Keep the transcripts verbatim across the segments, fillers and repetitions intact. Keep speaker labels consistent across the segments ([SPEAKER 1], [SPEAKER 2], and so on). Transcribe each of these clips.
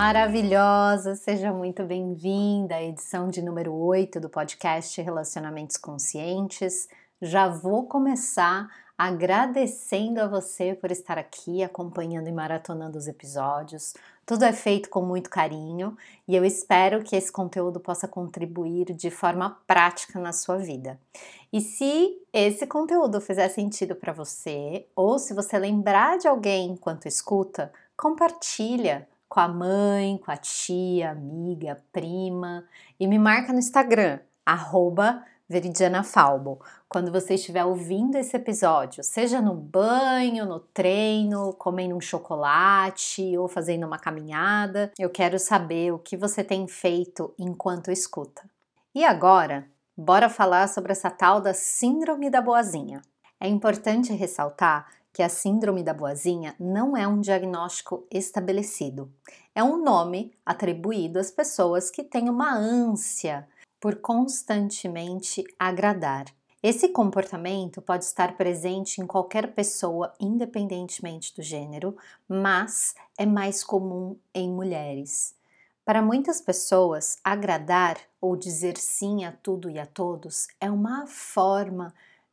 [SPEAKER 1] maravilhosa, seja muito bem-vinda à edição de número oito do podcast Relacionamentos Conscientes. Já vou começar agradecendo a você por estar aqui acompanhando e maratonando os episódios. Tudo é feito com muito carinho e eu espero que esse conteúdo possa contribuir de forma prática na sua vida. E se esse conteúdo fizer sentido para você, ou se você lembrar de alguém enquanto escuta, compartilha com a mãe, com a tia, amiga, prima e me marca no Instagram, arroba Veridiana Falbo. Quando você estiver ouvindo esse episódio, seja no banho, no treino, comendo um chocolate ou fazendo uma caminhada, eu quero saber o que você tem feito enquanto escuta. E agora, bora falar sobre essa tal da Síndrome da Boazinha. É importante ressaltar que a Síndrome da Boazinha não é um diagnóstico estabelecido. É um nome atribuído às pessoas que têm uma ânsia por constantemente agradar. Esse comportamento pode estar presente em qualquer pessoa, independentemente do gênero, mas é mais comum em mulheres. Para muitas pessoas, agradar ou dizer sim a tudo e a todos é uma forma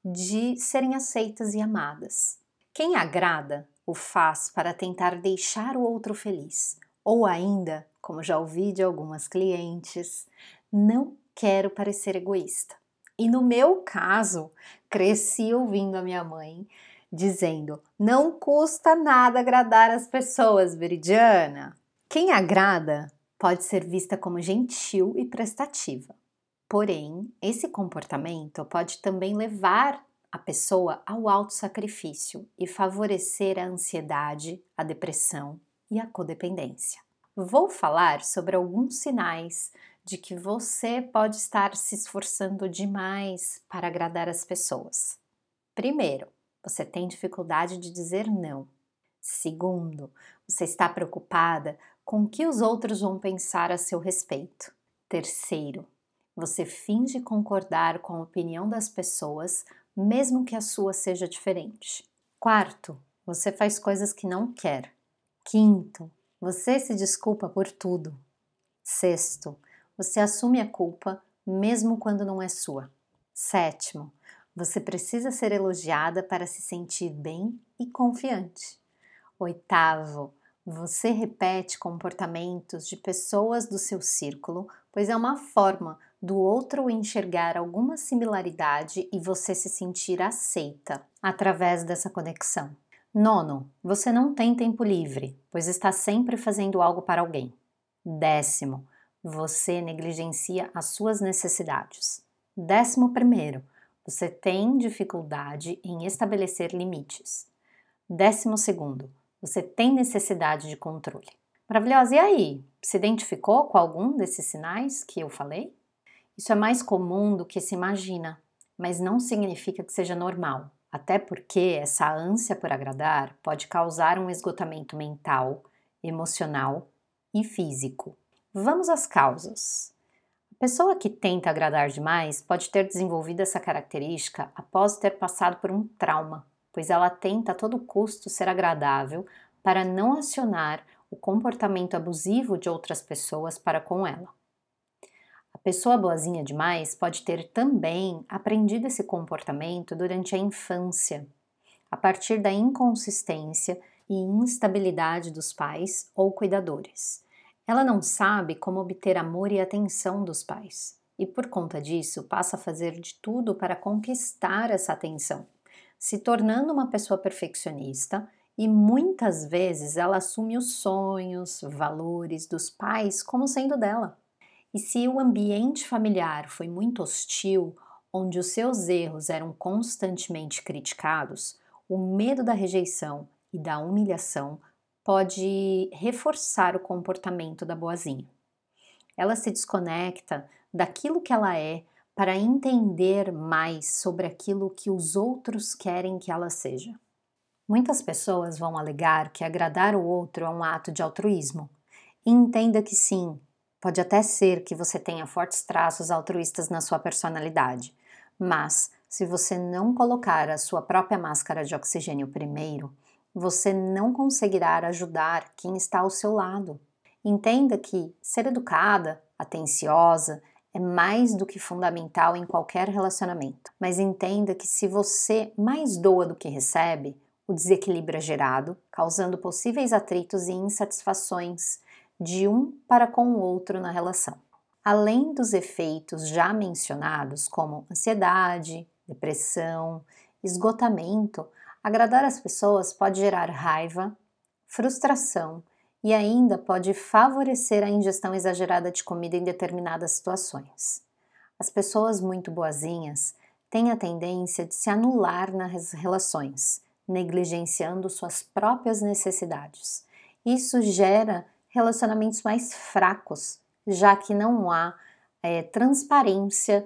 [SPEAKER 1] de serem aceitas e amadas. Quem agrada o faz para tentar deixar o outro feliz, ou ainda, como já ouvi de algumas clientes, não quero parecer egoísta. E no meu caso, cresci ouvindo a minha mãe dizendo: não custa nada agradar as pessoas, Veridiana. Quem agrada pode ser vista como gentil e prestativa. Porém, esse comportamento pode também levar a pessoa ao autossacrifício e favorecer a ansiedade, a depressão e a codependência. Vou falar sobre alguns sinais de que você pode estar se esforçando demais para agradar as pessoas. Primeiro, você tem dificuldade de dizer não. Segundo, você está preocupada com o que os outros vão pensar a seu respeito. Terceiro, você finge concordar com a opinião das pessoas, mesmo que a sua seja diferente. Quarto, você faz coisas que não quer. Quinto, você se desculpa por tudo. Sexto, você assume a culpa, mesmo quando não é sua. Sétimo, você precisa ser elogiada para se sentir bem e confiante. Oitavo, você repete comportamentos de pessoas do seu círculo, pois é uma forma do outro enxergar alguma similaridade e você se sentir aceita através dessa conexão. Nono, você não tem tempo livre, pois está sempre fazendo algo para alguém. Décimo, você negligencia as suas necessidades. Décimo primeiro, você tem dificuldade em estabelecer limites. Décimo segundo, você tem necessidade de controle. Maravilhosa, e aí? Se identificou com algum desses sinais que eu falei? Isso é mais comum do que se imagina, mas não significa que seja normal, até porque essa ânsia por agradar pode causar um esgotamento mental, emocional e físico. Vamos às causas. A pessoa que tenta agradar demais pode ter desenvolvido essa característica após ter passado por um trauma, pois ela tenta a todo custo ser agradável para não acionar o comportamento abusivo de outras pessoas para com ela. A pessoa boazinha demais pode ter também aprendido esse comportamento durante a infância, a partir da inconsistência e instabilidade dos pais ou cuidadores. Ela não sabe como obter amor e atenção dos pais, e por conta disso passa a fazer de tudo para conquistar essa atenção, se tornando uma pessoa perfeccionista, e muitas vezes ela assume os sonhos, valores dos pais como sendo dela. E se o ambiente familiar foi muito hostil, onde os seus erros eram constantemente criticados, o medo da rejeição e da humilhação pode reforçar o comportamento da boazinha. Ela se desconecta daquilo que ela é para entender mais sobre aquilo que os outros querem que ela seja. Muitas pessoas vão alegar que agradar o outro é um ato de altruísmo. E entenda que sim, pode até ser que você tenha fortes traços altruístas na sua personalidade, mas se você não colocar a sua própria máscara de oxigênio primeiro, você não conseguirá ajudar quem está ao seu lado. Entenda que ser educada, atenciosa, é mais do que fundamental em qualquer relacionamento. Mas entenda que se você mais doa do que recebe, o desequilíbrio é gerado, causando possíveis atritos e insatisfações de um para com o outro na relação. Além dos efeitos já mencionados, como ansiedade, depressão, esgotamento, agradar as pessoas pode gerar raiva, frustração e ainda pode favorecer a ingestão exagerada de comida em determinadas situações. As pessoas muito boazinhas têm a tendência de se anular nas relações, negligenciando suas próprias necessidades. Isso gera relacionamentos mais fracos, já que não há é, transparência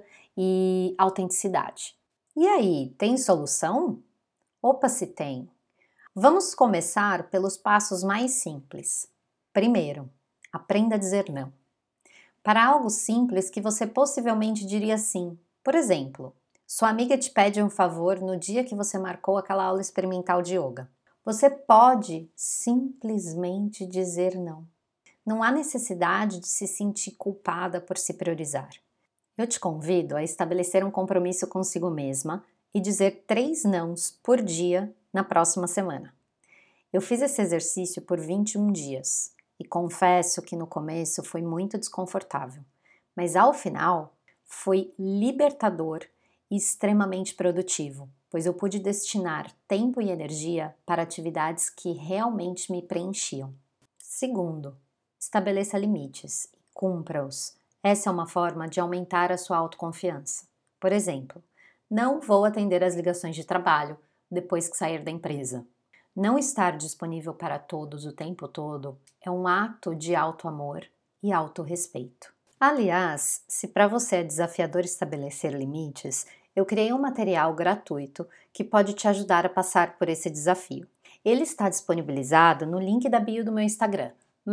[SPEAKER 1] e autenticidade. E aí, tem solução? Opa, se tem! Vamos começar pelos passos mais simples. Primeiro, aprenda a dizer não. Para algo simples que você possivelmente diria sim. Por exemplo, sua amiga te pede um favor no dia que você marcou aquela aula experimental de yoga. Você pode simplesmente dizer não. Não há necessidade de se sentir culpada por se priorizar. Eu te convido a estabelecer um compromisso consigo mesma e dizer três nãos por dia na próxima semana. Eu fiz esse exercício por vinte e um dias e confesso que no começo foi muito desconfortável, mas ao final foi libertador e extremamente produtivo, pois eu pude destinar tempo e energia para atividades que realmente me preenchiam. Segundo, estabeleça limites e cumpra-os. Essa é uma forma de aumentar a sua autoconfiança. Por exemplo, não vou atender as ligações de trabalho depois que sair da empresa. Não estar disponível para todos o tempo todo é um ato de auto-amor e autorrespeito. Aliás, se para você é desafiador estabelecer limites, eu criei um material gratuito que pode te ajudar a passar por esse desafio. Ele está disponibilizado no link da bio do meu Instagram,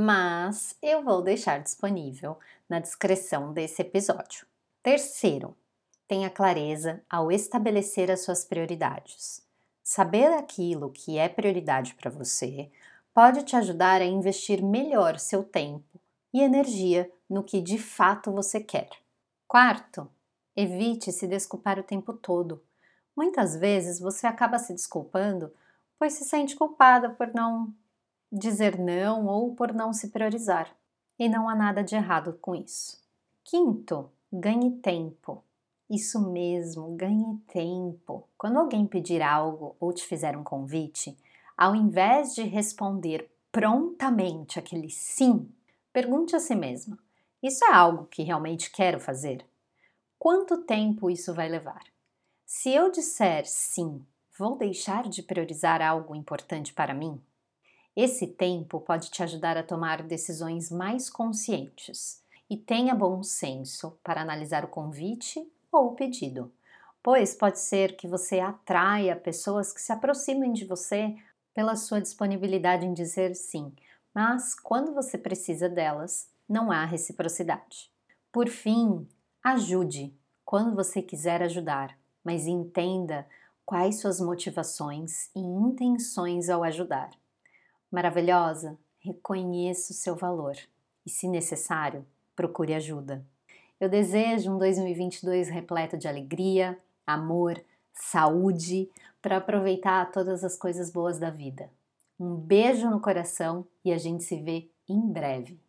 [SPEAKER 1] mas eu vou deixar disponível na descrição desse episódio. Terceiro, tenha clareza ao estabelecer as suas prioridades. Saber aquilo que é prioridade para você pode te ajudar a investir melhor seu tempo e energia no que de fato você quer. Quarto, evite se desculpar o tempo todo. Muitas vezes você acaba se desculpando pois se sente culpada por não dizer não ou por não se priorizar. E não há nada de errado com isso. Quinto, ganhe tempo. Isso mesmo, ganhe tempo. Quando alguém pedir algo ou te fizer um convite, ao invés de responder prontamente aquele sim, pergunte a si mesma: isso é algo que realmente quero fazer? Quanto tempo isso vai levar? Se eu disser sim, vou deixar de priorizar algo importante para mim? Esse tempo pode te ajudar a tomar decisões mais conscientes e tenha bom senso para analisar o convite ou o pedido, pois pode ser que você atraia pessoas que se aproximem de você pela sua disponibilidade em dizer sim, mas quando você precisa delas, não há reciprocidade. Por fim, ajude quando você quiser ajudar, mas entenda quais suas motivações e intenções ao ajudar. Maravilhosa, reconheça o seu valor e, se necessário, procure ajuda. Eu desejo um dois mil e vinte e dois repleto de alegria, amor, saúde, para aproveitar todas as coisas boas da vida. Um beijo no coração e a gente se vê em breve.